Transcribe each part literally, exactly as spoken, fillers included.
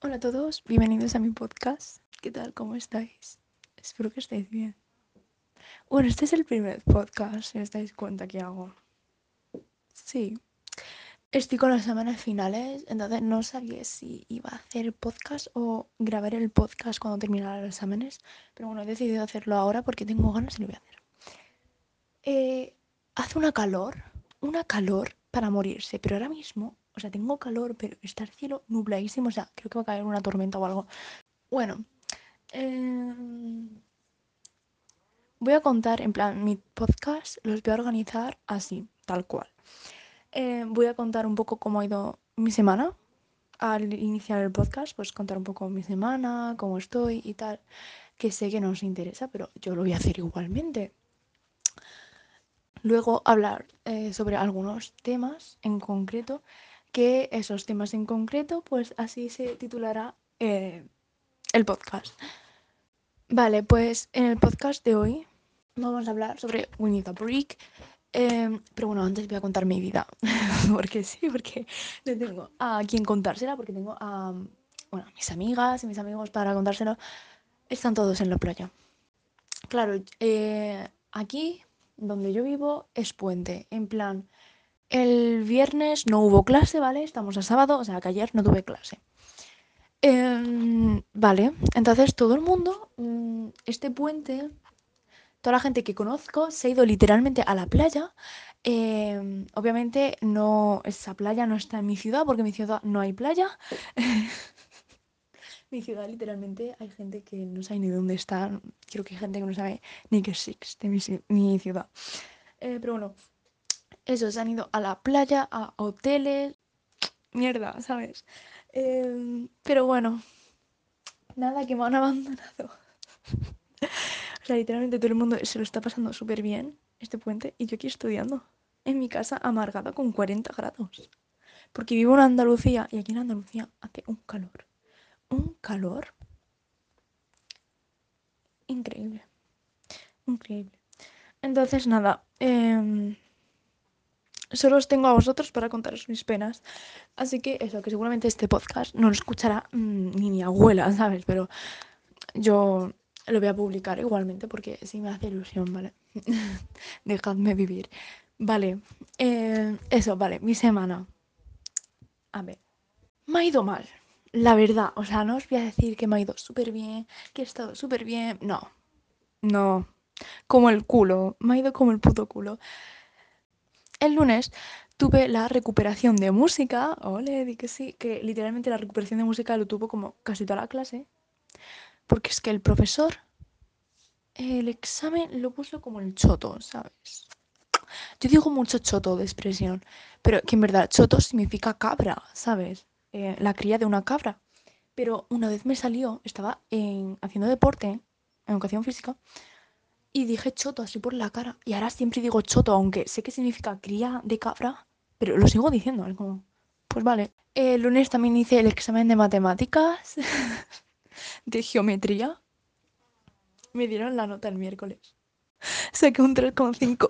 Hola a todos, bienvenidos a mi podcast. ¿Qué tal? ¿Cómo estáis? Espero que estéis bien. Bueno, este es el primer podcast, si os dais cuenta que hago. Sí, estoy con las semanas finales, entonces no sabía si iba a hacer podcast o grabar el podcast cuando terminara los exámenes. Pero bueno, he decidido hacerlo ahora porque tengo ganas y lo voy a hacer. Eh, hace una calor, una calor para morirse, pero ahora mismo, o sea, tengo calor, pero está el cielo nubladísimo, o sea, creo que va a caer una tormenta o algo. Bueno, eh, voy a contar, en plan, mi podcast los voy a organizar así, tal cual. Eh, voy a contar un poco cómo ha ido mi semana. Al iniciar el podcast, pues contar un poco mi semana, cómo estoy y tal, que sé que no os interesa, pero yo lo voy a hacer igualmente. Luego hablar eh, sobre algunos temas en concreto, que esos temas en concreto, pues así se titulará eh, el podcast. Vale, pues en el podcast de hoy vamos a hablar sobre We Need a Break. Eh, pero bueno, antes voy a contar mi vida. Porque sí, porque no tengo a quién contársela, porque tengo a, bueno, mis amigas y mis amigos para contárselo. Están todos en la playa. Claro, eh, aquí donde yo vivo es puente. En plan, el viernes no hubo clase, ¿vale? Estamos a sábado, o sea que ayer no tuve clase. Em, vale, entonces todo el mundo, mm, este puente, toda la gente que conozco se ha ido literalmente a la playa. Eh, obviamente no, esa playa no está en mi ciudad porque en mi ciudad no hay playa. Mi ciudad literalmente hay gente que no sabe ni dónde está. Creo que hay gente que no sabe ni que existe mi, mi ciudad. Eh, pero bueno, eso, se han ido a la playa, a hoteles. Mierda, ¿sabes? Eh, pero bueno, nada, que me han abandonado. O sea, literalmente todo el mundo se lo está pasando súper bien este puente y yo aquí estudiando en mi casa amargada con cuarenta grados. Porque vivo en Andalucía y aquí en Andalucía hace un calor. Un calor increíble. Increíble. Entonces, nada. Eh, solo os tengo a vosotros para contaros mis penas. Así que eso, que seguramente este podcast no lo escuchará mmm, ni mi abuela, ¿sabes? Pero yo lo voy a publicar igualmente porque sí me hace ilusión, ¿vale? Dejadme vivir. Vale, eh, eso, vale, mi semana. A ver, me ha ido mal, la verdad. O sea, no os voy a decir que me ha ido súper bien, que he estado súper bien. No, no, como el culo. Me ha ido como el puto culo. El lunes tuve la recuperación de música. Ole, di que sí, que literalmente la recuperación de música lo tuvo como casi toda la clase. Porque es que el profesor, el examen lo puso como el choto, ¿sabes? Yo digo mucho choto de expresión, pero que en verdad choto significa cabra, ¿sabes? Eh, la cría de una cabra. Pero una vez me salió, estaba en, haciendo deporte, en educación física, y dije choto así por la cara. Y ahora siempre digo choto, aunque sé que significa cría de cabra, pero lo sigo diciendo. Es como, pues vale. El lunes también hice el examen de matemáticas, de geometría. Me dieron la nota el miércoles. Saqué un tres coma cinco.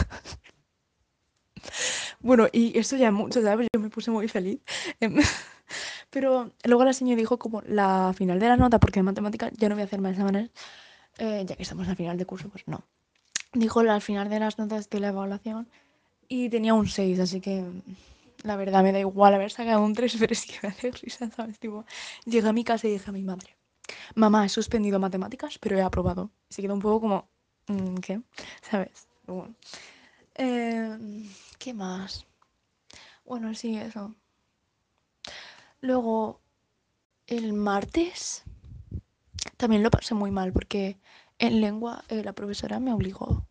Bueno, y eso ya es mucho, ¿sabes? Yo me puse muy feliz. Em, Pero luego la señora dijo como la final de la nota, porque de matemáticas ya no voy a hacer más exámenes, eh, ya que estamos al final de curso, pues no. Dijo al final de las notas de la evaluación y tenía un seis, así que la verdad me da igual haber sacado un tres, pero es que me hace risa, ¿sabes? Tipo, llegué a mi casa y dije a mi madre, mamá, he suspendido matemáticas, pero he aprobado. Y se quedó un poco como, mm, ¿qué? ¿Sabes? Pero bueno. Eh, ¿Qué más? Bueno, sí, eso. Luego, el martes también lo pasé muy mal porque en lengua eh, la profesora me obligó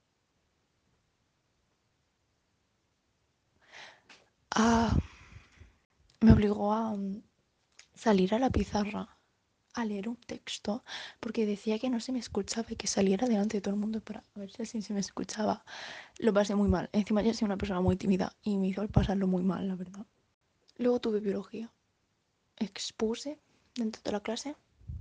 a... me obligó a mm, salir a la pizarra a leer un texto porque decía que no se me escuchaba y que saliera delante de todo el mundo para ver si así se me escuchaba. Lo pasé muy mal. Encima yo soy una persona muy tímida y me hizo pasarlo muy mal, la verdad. Luego tuve biología. Expuse dentro de la clase.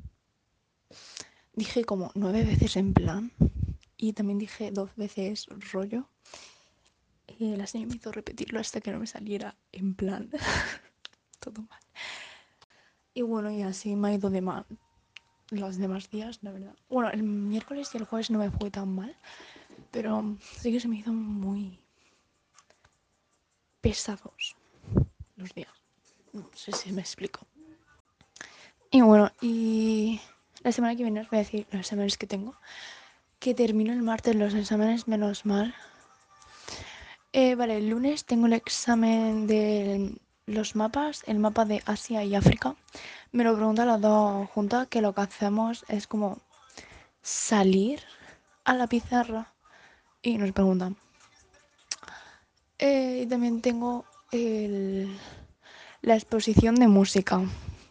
Dije como nueve veces en plan y también dije dos veces rollo. Y la señora me hizo repetirlo hasta que no me saliera en plan. Todo mal. Y bueno, y así me ha ido de mal los demás días, la verdad. Bueno, el miércoles y el jueves no me fue tan mal, pero sí que se me hizo muy pesados los días. No sé si me explico. Y bueno, y la semana que viene os voy a decir los exámenes que tengo. Que termino el martes los exámenes, menos mal. Eh, vale, el lunes tengo el examen de los mapas, el mapa de Asia y África. Me lo preguntan las dos juntas, que lo que hacemos es como salir a la pizarra y nos preguntan. Eh, y también tengo el, la exposición de música,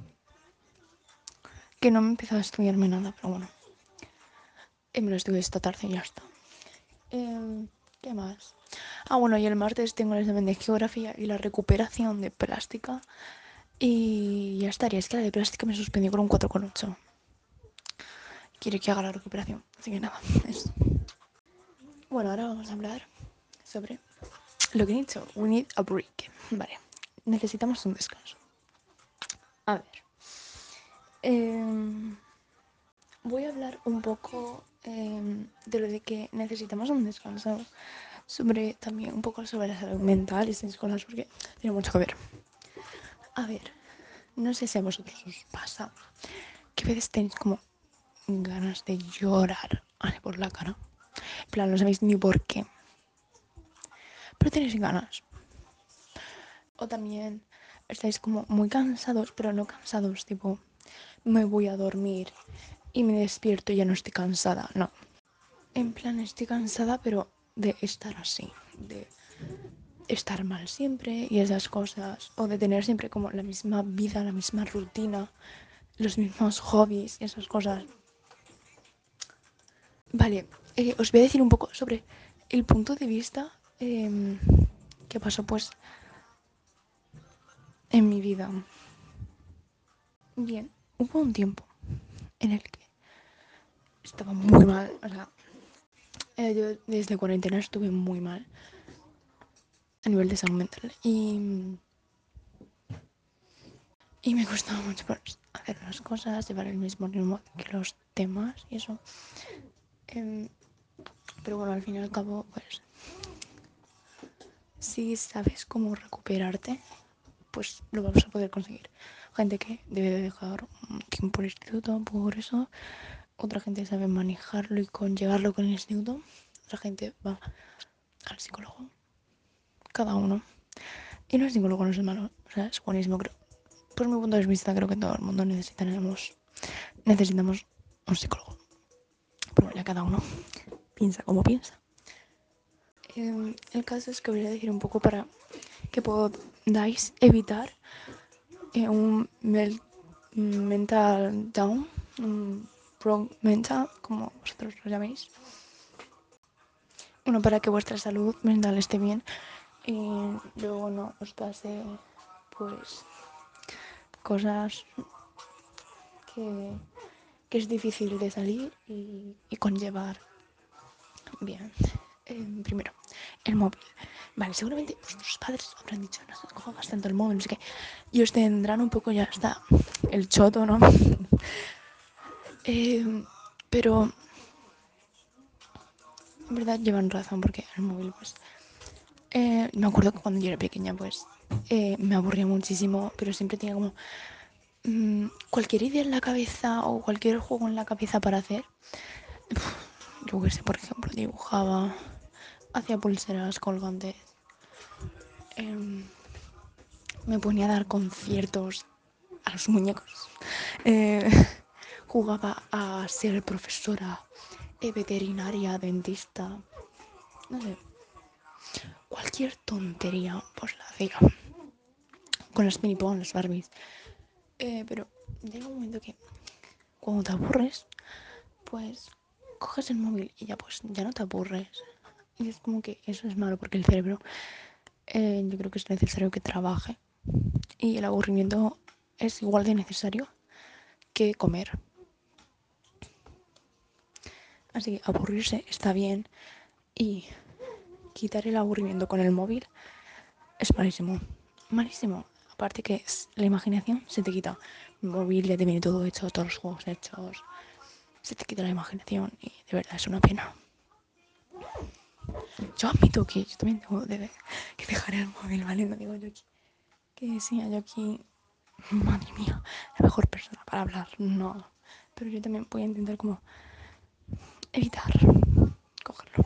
que no me he empezado a estudiarme nada, pero bueno. Y me lo estudié esta tarde y ya está. Eh, ¿Qué más? Ah, bueno, y el martes tengo el examen de geografía y la recuperación de plástica. Y ya estaría, es que la de plástica me suspendió con un cuatro coma ocho. Quiere que haga la recuperación, así que nada, eso. Bueno, ahora vamos a hablar sobre lo que he dicho. We need a break. Vale, necesitamos un descanso. A ver. Eh, voy a hablar un poco eh, de lo de que necesitamos un descanso. Sobre también un poco sobre la salud mental y estas cosas, porque tiene mucho que ver. A ver, no sé si a vosotros os pasa que a veces tenéis como ganas de llorar por la cara. En plan, no sabéis ni por qué. Pero tenéis ganas. O también estáis como muy cansados, pero no cansados, tipo, me voy a dormir y me despierto y ya no estoy cansada. No. En plan, estoy cansada, pero de estar así. De estar mal siempre y esas cosas. O de tener siempre como la misma vida, la misma rutina, los mismos hobbies y esas cosas. Vale, eh, os voy a decir un poco sobre el punto de vista eh, que pasó pues en mi vida. Bien, hubo un tiempo en el que estaba muy mal, o sea, eh, yo desde cuarentena estuve muy mal a nivel de salud mental y, y me costaba mucho pues, hacer las cosas, llevar el mismo ritmo que los temas y eso. Eh, pero bueno, al fin y al cabo, pues, si sabes cómo recuperarte, pues lo vamos a poder conseguir. Gente que debe de dejar un tiempo el instituto por eso, otra gente sabe manejarlo y conllevarlo con el instituto, otra gente va al psicólogo, cada uno. Y no el psicólogo no es malo, o sea, es buenísimo, creo. Por mi punto de vista, creo que todo el mundo necesitamos, necesitamos un psicólogo. Pero ya cada uno piensa como piensa. Eh, el caso es que voy a decir un poco para que podáis evitar eh, un mel- mental down, un broke mental, como vosotros lo llaméis. Uno, para que vuestra salud mental esté bien y luego no os pase pues cosas que, que es difícil de salir y, y conllevar bien. Eh, primero, el móvil. Vale, seguramente vuestros padres habrán dicho, no se cojas tanto el móvil, no sé qué. Y os tendrán un poco ya hasta el choto, ¿no? eh, pero en verdad llevan razón porque el móvil, pues... Eh, me acuerdo que cuando yo era pequeña, pues eh, me aburría muchísimo, pero siempre tenía como mmm, cualquier idea en la cabeza o cualquier juego en la cabeza para hacer. Uf, yo qué sé, por ejemplo, dibujaba, hacía pulseras colgantes, eh, me ponía a dar conciertos a los muñecos, eh, jugaba a ser profesora, eh, veterinaria, dentista, no sé, cualquier tontería, pues la hacía. Con las mini pon, las Barbies. Eh, pero llega un momento que cuando te aburres, pues coges el móvil y ya pues ya no te aburres. Y es como que eso es malo porque el cerebro eh, yo creo que es necesario que trabaje. Y el aburrimiento es igual de necesario que comer. Así que aburrirse está bien y quitar el aburrimiento con el móvil es malísimo. Malísimo. Aparte que es, la imaginación se te quita. el móvil ya te viene todo hecho, todos los juegos hechos, se te quita la imaginación y de verdad es una pena. Yo admito que yo también tengo de, que dejar el móvil, ¿vale? No digo yo aquí que sea yo aquí, madre mía, la mejor persona para hablar, no. Pero yo también voy a intentar como evitar cogerlo.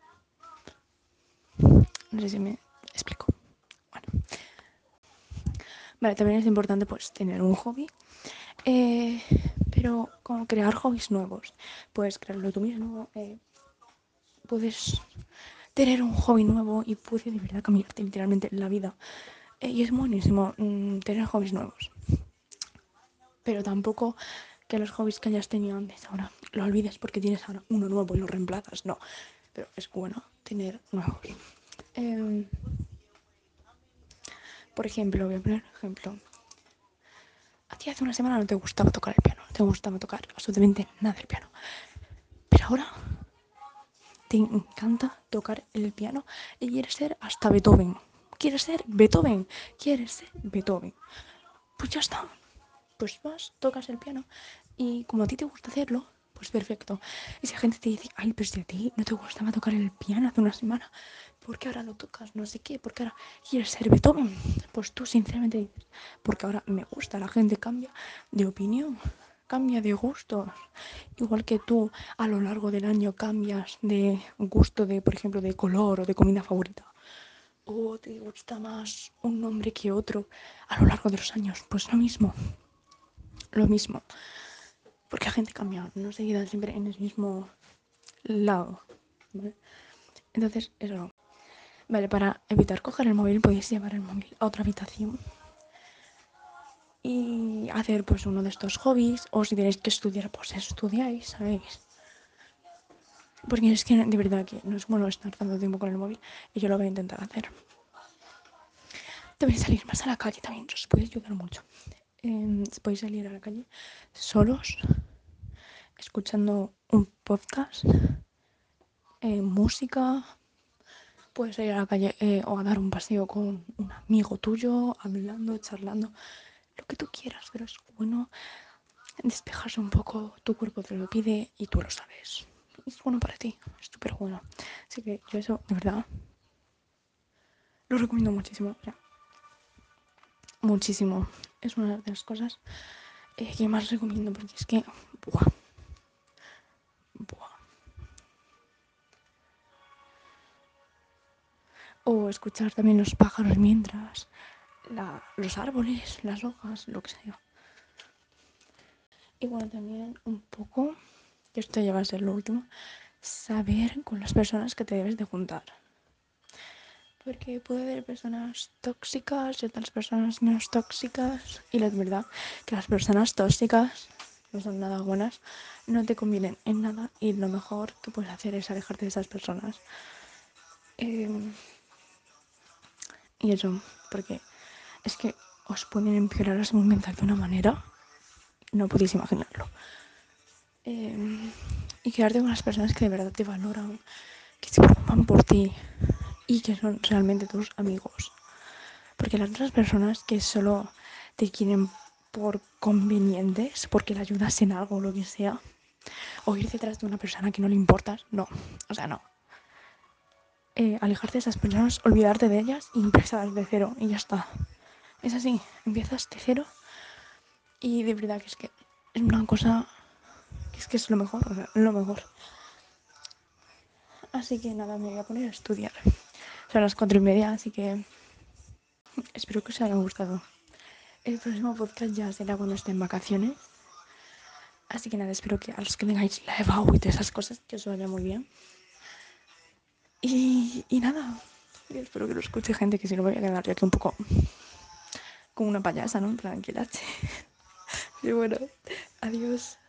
No sé si me explico. Bueno. Vale, también es importante pues tener un hobby. Eh, pero como crear hobbies nuevos. Puedes crearlo tú mismo. Eh, puedes tener un hobby nuevo y puede de verdad cambiarte literalmente la vida. Eh, y es buenísimo mmm, tener hobbies nuevos. Pero tampoco que los hobbies que hayas tenido antes ahora lo olvides porque tienes ahora uno nuevo y lo reemplazas. No, pero es bueno tener nuevos. Eh, por ejemplo, voy a poner un ejemplo. A ti hace una semana no te gustaba tocar el piano, no te gustaba tocar absolutamente nada el piano. Pero ahora te encanta tocar el piano y quieres ser hasta Beethoven. Quieres ser Beethoven, quieres ser Beethoven. Pues ya está. Pues vas, tocas el piano y como a ti te gusta hacerlo, pues perfecto. Y si la gente te dice, ay, pues si a ti no te gustaba tocar el piano hace una semana, ¿por qué ahora lo tocas? No sé qué, ¿por qué ahora quieres ser Beethoven? Pues tú sinceramente dices, porque ahora me gusta, la gente cambia de opinión, cambia de gustos. Igual que tú a lo largo del año cambias de gusto de, por ejemplo, de color o de comida favorita. O te gusta más un nombre que otro a lo largo de los años. Pues lo mismo. Lo mismo. Porque la gente cambia, no se queda siempre en el mismo lado. ¿Vale? Entonces, eso. Vale, para evitar coger el móvil podéis llevar el móvil a otra habitación y hacer pues uno de estos hobbies. O si tenéis que estudiar, pues estudiáis, ¿sabéis? Porque es que de verdad que no es bueno estar tanto tiempo con el móvil y yo lo voy a intentar hacer. Debéis salir más a la calle también, os puede ayudar mucho. Eh, podéis salir a la calle solos, escuchando un podcast, eh, música. Puedes ir a la calle eh, o a dar un paseo con un amigo tuyo, hablando, charlando, lo que tú quieras, pero es bueno despejarse un poco, tu cuerpo te lo pide y tú lo sabes. Es bueno para ti, es súper bueno. Así que yo eso, de verdad, lo recomiendo muchísimo. O sea, muchísimo. Es una de las cosas eh, que más recomiendo porque es que, buah, buah. O escuchar también los pájaros mientras, la, los árboles, las hojas, lo que sea. Y bueno, también un poco, que esto ya va a ser lo último, saber con las personas que te debes de juntar. Porque puede haber personas tóxicas y otras personas menos tóxicas. Y la verdad que las personas tóxicas no son nada buenas, no te convienen en nada y lo mejor que puedes hacer es alejarte de esas personas. Eh, y eso, porque es que os pueden empeorar la salud mental de una manera, no podéis imaginarlo. Eh, y quedarte con las personas que de verdad te valoran, que se preocupan por ti y que son realmente tus amigos. Porque las otras personas que solo te quieren por convenientes, porque le ayudas en algo o lo que sea, o ir detrás de una persona que no le importas, no, o sea, no. Eh, alejarte de esas personas, olvidarte de ellas y empezar de cero y ya está. Es así, empiezas de cero y de verdad que es que es una cosa que es que es lo mejor, o sea, lo mejor. Así que nada, me voy a poner a estudiar. Son las cuatro y media, así que espero que os haya gustado. El próximo podcast ya será cuando esté en vacaciones. Así que nada, espero que a los que tengáis la EBAU y todas esas cosas, que os vaya muy bien. Y, y nada, y espero que lo escuche gente, que si no me voy a quedar yo aquí un poco como una payasa, ¿no? En plan, que lache. Pero bueno, adiós.